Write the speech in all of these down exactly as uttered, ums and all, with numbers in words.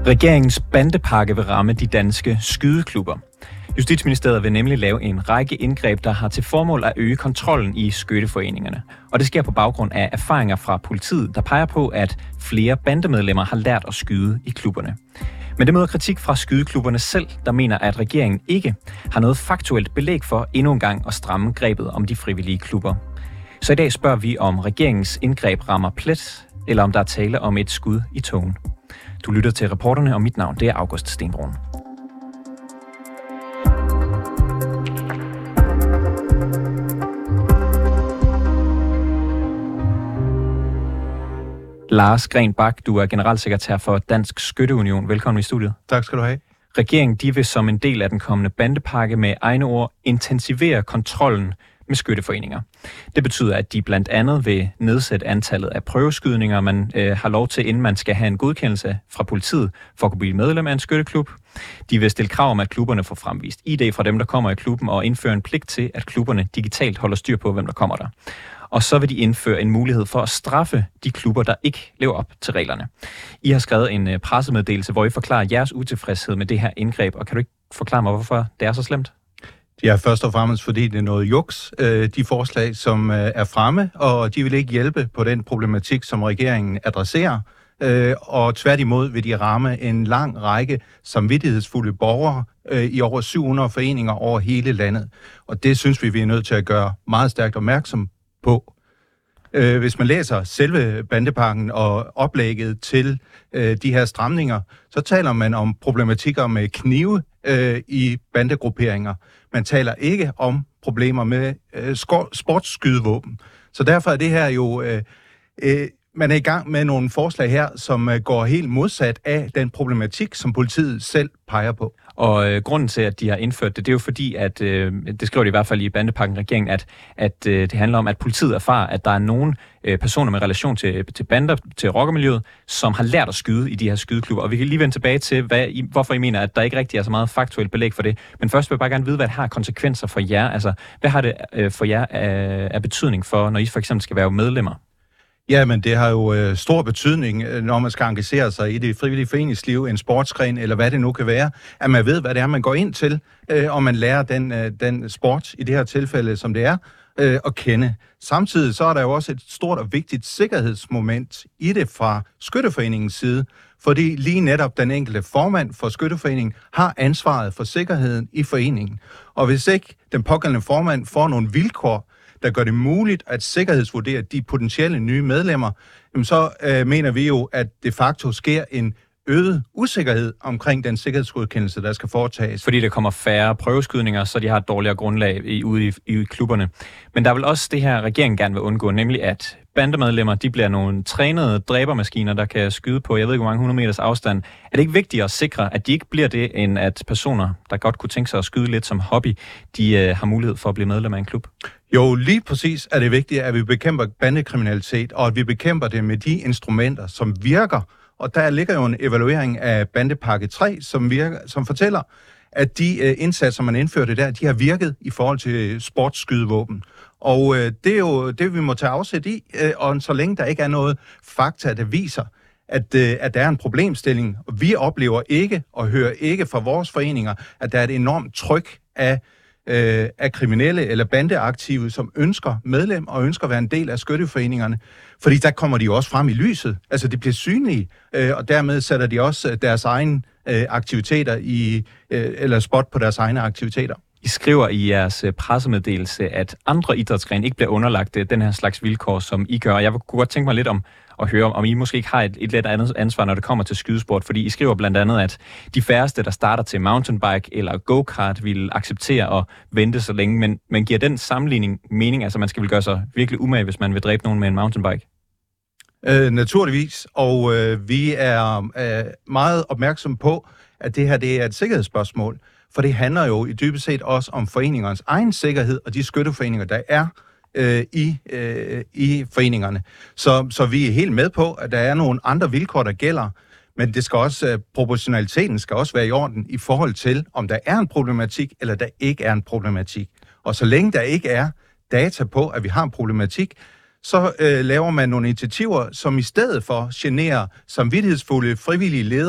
Regeringens bandepakke vil ramme de danske skydeklubber. Justitsministeriet vil nemlig lave en række indgreb, der har til formål at øge kontrollen i skytteforeningerne. Og det sker på baggrund af erfaringer fra politiet, der peger på, at flere bandemedlemmer har lært at skyde i klubberne. Men det møder kritik fra skydeklubberne selv, der mener, at regeringen ikke har noget faktuelt belæg for endnu en gang at stramme grebet om de frivillige klubber. Så i dag spørger vi, om regeringens indgreb rammer plet, eller om der er tale om et skud i tågen. Du lytter til Reporterne, og mit navn det er August Stenbrun. Lars Green Bak, du er generalsekretær for Dansk Skytteunion. Velkommen i studiet. Tak skal du have. Regeringen de vil som en del af den kommende bandepakke med egne ord intensivere kontrollen med skytteforeninger. Det betyder, at de blandt andet vil nedsætte antallet af prøveskydninger, man øh, har lov til, inden man skal have en godkendelse fra politiet for at kunne blive medlem af en skytteklub. De vil stille krav om, at klubberne får fremvist I D fra dem, der kommer i klubben, og indføre en pligt til, at klubberne digitalt holder styr på, hvem der kommer der. Og så vil de indføre en mulighed for at straffe de klubber, der ikke lever op til reglerne. I har skrevet en pressemeddelelse, hvor I forklarer jeres utilfredshed med det her indgreb, og kan du ikke forklare mig, hvorfor det er så slemt? Ja, først og fremmest fordi det er noget juks, de forslag, som er fremme, og de vil ikke hjælpe på den problematik, som regeringen adresserer. Og tværtimod vil de ramme en lang række samvittighedsfulde borgere i over syv hundrede foreninger over hele landet. Og det synes vi, vi er nødt til at gøre meget stærkt opmærksom på. Hvis man læser selve bandepakken og oplægget til de her stramninger, så taler man om problematikker med knive i bandegrupperinger. Man taler ikke om problemer med sportsskydevåben. Så derfor er det her jo... Man er i gang med nogle forslag her, som går helt modsat af den problematik, som politiet selv peger på. Og øh, grunden til, at de har indført det, det er jo fordi, at øh, det skriver de i hvert fald i bandepakken regeringen, at, at øh, det handler om, at politiet erfarer, at der er nogle øh, personer med relation til, til bander, til rockermiljøet, som har lært at skyde i de her skydeklubber. Og vi kan lige vende tilbage til, hvad I, hvorfor I mener, at der ikke rigtig er så meget faktuelt belæg for det. Men først vil jeg bare gerne vide, hvad det har konsekvenser for jer. Altså, hvad har det øh, for jer af, af betydning for, når I for eksempel skal være medlemmer? Ja, men det har jo øh, stor betydning, når man skal engagere sig i det frivillige foreningsliv, en sportsgren eller hvad det nu kan være, at man ved, hvad det er, man går ind til, øh, og man lærer den, øh, den sport, i det her tilfælde, som det er, øh, at kende. Samtidig så er der jo også et stort og vigtigt sikkerhedsmoment i det fra skytteforeningens side, fordi lige netop den enkelte formand for skytteforeningen har ansvaret for sikkerheden i foreningen. Og hvis ikke den pågældende formand får nogle vilkår, der gør det muligt at sikkerhedsvurdere de potentielle nye medlemmer, så øh, mener vi jo, at de facto sker en øget usikkerhed omkring den sikkerhedsgodkendelse, der skal foretages. Fordi der kommer færre prøveskydninger, så de har et dårligere grundlag i, ude i, i klubberne. Men der er vel også det her, regeringen gerne vil undgå, nemlig at bandemedlemmer, de bliver nogle trænede dræbermaskiner, der kan skyde på, jeg ved ikke, hvor mange hundrede meters afstand. Er det ikke vigtigt at sikre, at de ikke bliver det, end at personer, der godt kunne tænke sig at skyde lidt som hobby, de øh, har mulighed for at blive medlem af en klub? Jo, lige præcis er det vigtigt, at vi bekæmper bandekriminalitet, og at vi bekæmper det med de instrumenter, som virker. Og der ligger jo en evaluering af bandepakke tre, som, virker, som fortæller, at de øh, indsatser, man indførte der, de har virket i forhold til sportsskydevåben. Og øh, det er jo det, vi må tage afsæt i, øh, og så længe der ikke er noget fakta, der viser, at, øh, at der er en problemstilling, og vi oplever ikke og hører ikke fra vores foreninger, at der er et enormt tryk af øh, af kriminelle eller bandeaktive, som ønsker medlem og ønsker at være en del af skytteforeningerne. Fordi der kommer de jo også frem i lyset. Altså, de bliver synlige, øh, og dermed sætter de også deres egne øh, aktiviteter i, øh, eller spot på deres egne aktiviteter. I skriver i jeres pressemeddelelse, at andre idrætsgrene ikke bliver underlagt den her slags vilkår, som I gør. Jeg kunne godt tænke mig lidt om at høre, om I måske ikke har et, et lidt andet ansvar, når det kommer til skydesport. Fordi I skriver blandt andet, at de færreste, der starter til mountainbike eller go-kart, vil acceptere at vente så længe. Men, men giver den sammenligning mening? Altså, man skal vel gøre sig virkelig umage, hvis man vil dræbe nogen med en mountainbike? Øh, naturligvis, og øh, vi er øh, meget opmærksomme på, at det her det er et sikkerhedsspørgsmål. For det handler jo i dybest set også om foreningernes egen sikkerhed og de skytteforeninger, der er øh, i, øh, i foreningerne. Så, så vi er helt med på, at der er nogle andre vilkår, der gælder, men det skal også, øh, proportionaliteten skal også være i orden i forhold til, om der er en problematik, eller der ikke er en problematik. Og så længe der ikke er data på, at vi har en problematik, så øh, laver man nogle initiativer, som i stedet for generer samvittighedsfulde frivillige ledere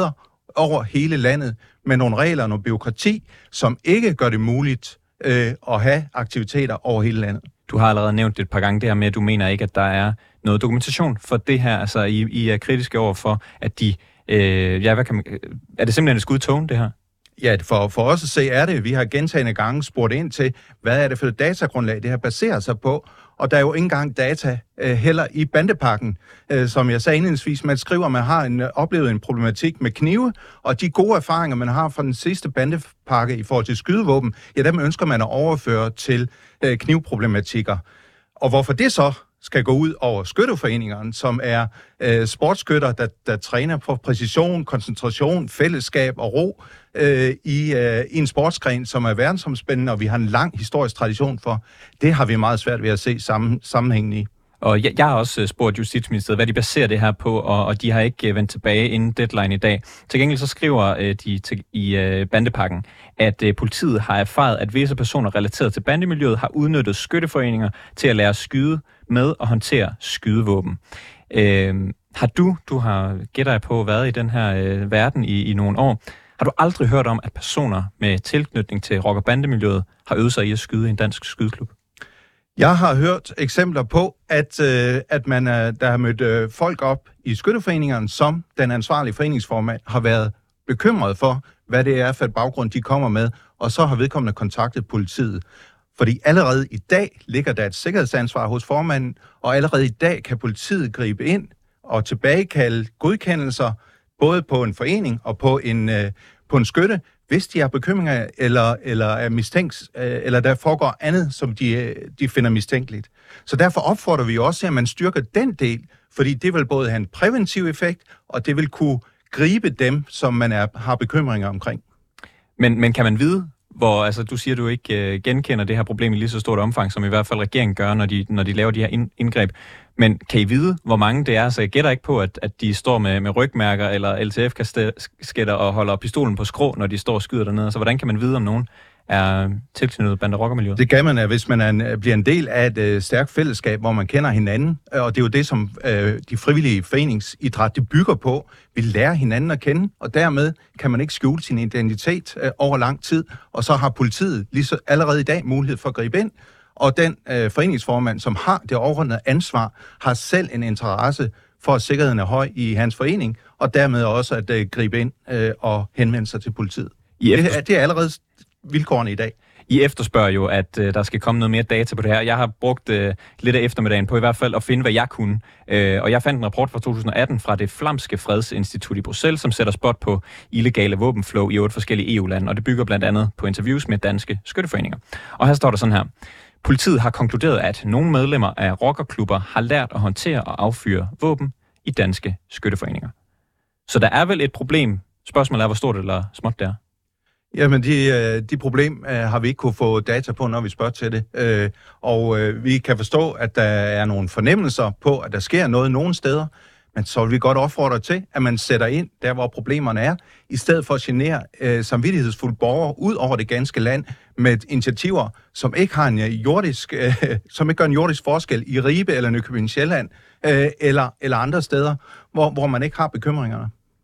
over hele landet med nogle regler og noget bureaukrati, som ikke gør det muligt øh, at have aktiviteter over hele landet. Du har allerede nævnt det et par gange, det her med, at du mener ikke, at der er noget dokumentation for det her. Altså, I, I er kritiske over for, at de... Øh, ja, hvad kan man, er det simpelthen et skud i tågen, det her? Ja, for, for os at se er det. Vi har gentagne gange spurgt ind til, hvad er det for et datagrundlag, det her baserer sig på. Og der er jo ikke engang data øh, heller i bandepakken. Øh, som jeg sagde indledningsvis, man skriver, at man har en, oplevet en problematik med knive, og de gode erfaringer, man har fra den sidste bandepakke i forhold til skydevåben, ja, dem ønsker man at overføre til øh, knivproblematikker. Og hvorfor det så skal gå ud over skytteforeningerne, som er øh, sportsskytter, der, der træner på præcision, koncentration, fællesskab og ro øh, i, øh, i en sportsgren, som er verdensomspændende, og vi har en lang historisk tradition for. Det har vi meget svært ved at se sammen, sammenhængen i. Og jeg, jeg har også spurgt Justitsministeriet, hvad de baserer det her på, og, og de har ikke vendt tilbage inden deadline i dag. Til gengæld så skriver øh, de til, i øh, bandepakken, at øh, politiet har erfaret, at visse personer relateret til bandemiljøet har udnyttet skytteforeninger til at lære at skyde med og håndtere skydevåben. Øh, har du, du har gætter jeg på, været i den her øh, verden i, i nogle år, har du aldrig hørt om, at personer med tilknytning til rock- og bandemiljøet har øvet sig i at skyde i en dansk skydeklub? Jeg har hørt eksempler på, at, øh, at man øh, der har mødt øh, folk op i skytteforeningerne, som den ansvarlige foreningsformand har været bekymret for, hvad det er for et baggrund, de kommer med, og så har vedkommende kontaktet politiet. Fordi allerede i dag ligger der et sikkerhedsansvar hos formanden, og allerede i dag kan politiet gribe ind og tilbagekalde godkendelser, både på en forening og på en, øh, på en skytte, hvis de har bekymringer eller, eller er mistænkt, eller der foregår andet, som de, de finder mistænkeligt. Så derfor opfordrer vi også, at man styrker den del, fordi det vil både have en præventiv effekt, og det vil kunne gribe dem, som man er, har bekymringer omkring. Men, men kan man vide, hvor altså, du siger, du ikke øh, genkender det her problem i lige så stort omfang, som i hvert fald regeringen gør, når de, når de laver de her indgreb. Men kan I vide, hvor mange det er? Så jeg gætter ikke på, at, at de står med, med rygmærker eller L T F-kasketter og holder pistolen på skrå, når de står og skyder dernede. Så hvordan kan man vide, om nogen er tilknyttet bande-rocker-miljøet? Det kan man, hvis man er en, bliver en del af et øh, stærkt fællesskab, hvor man kender hinanden. Og det er jo det, som øh, de frivillige foreningsidræt de bygger på. Vi lærer hinanden at kende, og dermed kan man ikke skjule sin identitet øh, over lang tid. Og så har politiet lige så allerede i dag mulighed for at gribe ind. Og den øh, foreningsformand, som har det overordnede ansvar, har selv en interesse for, at sikkerheden er høj i hans forening, og dermed også at øh, gribe ind øh, og henvende sig til politiet. I efter... det, det er allerede vilkårene i dag. I efterspørger jo, at øh, der skal komme noget mere data på det her. Jeg har brugt øh, lidt af eftermiddagen på i hvert fald at finde, hvad jeg kunne. Øh, og jeg fandt en rapport fra to tusind atten fra det flamske fredsinstitut i Bruxelles, som sætter spot på illegale våbenflow i otte forskellige E U-lande, og det bygger blandt andet på interviews med danske skytteforeninger. Og her står der sådan her. Politiet har konkluderet, at nogle medlemmer af rockerklubber har lært at håndtere og affyre våben i danske skytteforeninger. Så der er vel et problem. Spørgsmålet er, hvor stort eller småt det er. Jamen, de, de problem har vi ikke kunne få data på, når vi spørger til det. Og vi kan forstå, at der er nogle fornemmelser på, at der sker noget nogle steder, men så vil vi godt opfordre til, at man sætter ind der, hvor problemerne er, i stedet for at genere øh, samvittighedsfulde borgere ud over det ganske land med initiativer, som ikke har en jordisk, øh, som ikke gør en jordisk forskel i Ribe eller Nykøbing Sjælland øh, eller, eller andre steder, hvor, hvor man ikke har bekymringerne.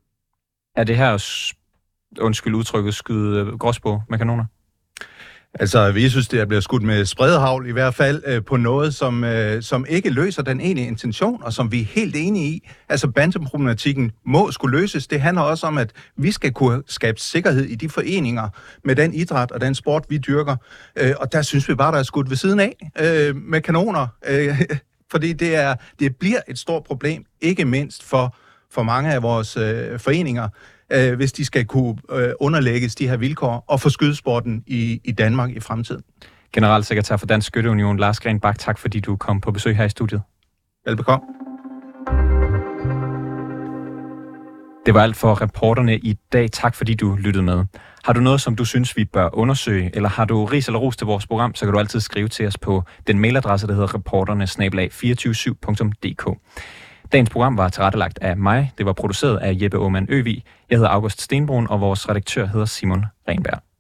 Er det her, undskyld udtrykket, skyde gråsbog med kanoner? Altså, vi synes, det er blevet skudt med spredehagl i hvert fald øh, på noget, som, øh, som ikke løser den egentlige intention, og som vi er helt enige i. Altså, bandeproblematikken må skulle løses. Det handler også om, at vi skal kunne skabe sikkerhed i de foreninger med den idræt og den sport, vi dyrker. Øh, og der synes vi bare, der er skudt ved siden af øh, med kanoner. Øh, fordi det, er, det bliver et stort problem, ikke mindst for, for mange af vores øh, foreninger, Øh, hvis de skal kunne øh, underlægges de her vilkår og få skydesporten i, i Danmark i fremtiden. Generalsekretær for Dansk Skytteunion, Lars Green Bach, tak fordi du kom på besøg her i studiet. Velbekomme. Det var alt for reporterne i dag. Tak fordi du lyttede med. Har du noget, som du synes, vi bør undersøge, eller har du ris eller ros til vores program, så kan du altid skrive til os på den mailadresse, der hedder reporterne snabel-a to fire syv punktum d k. Dagens program var tilrettelagt af mig. Det var produceret af Jeppe Aumann Øvig. Jeg hedder August Stenbrun, og vores redaktør hedder Simon Renberg.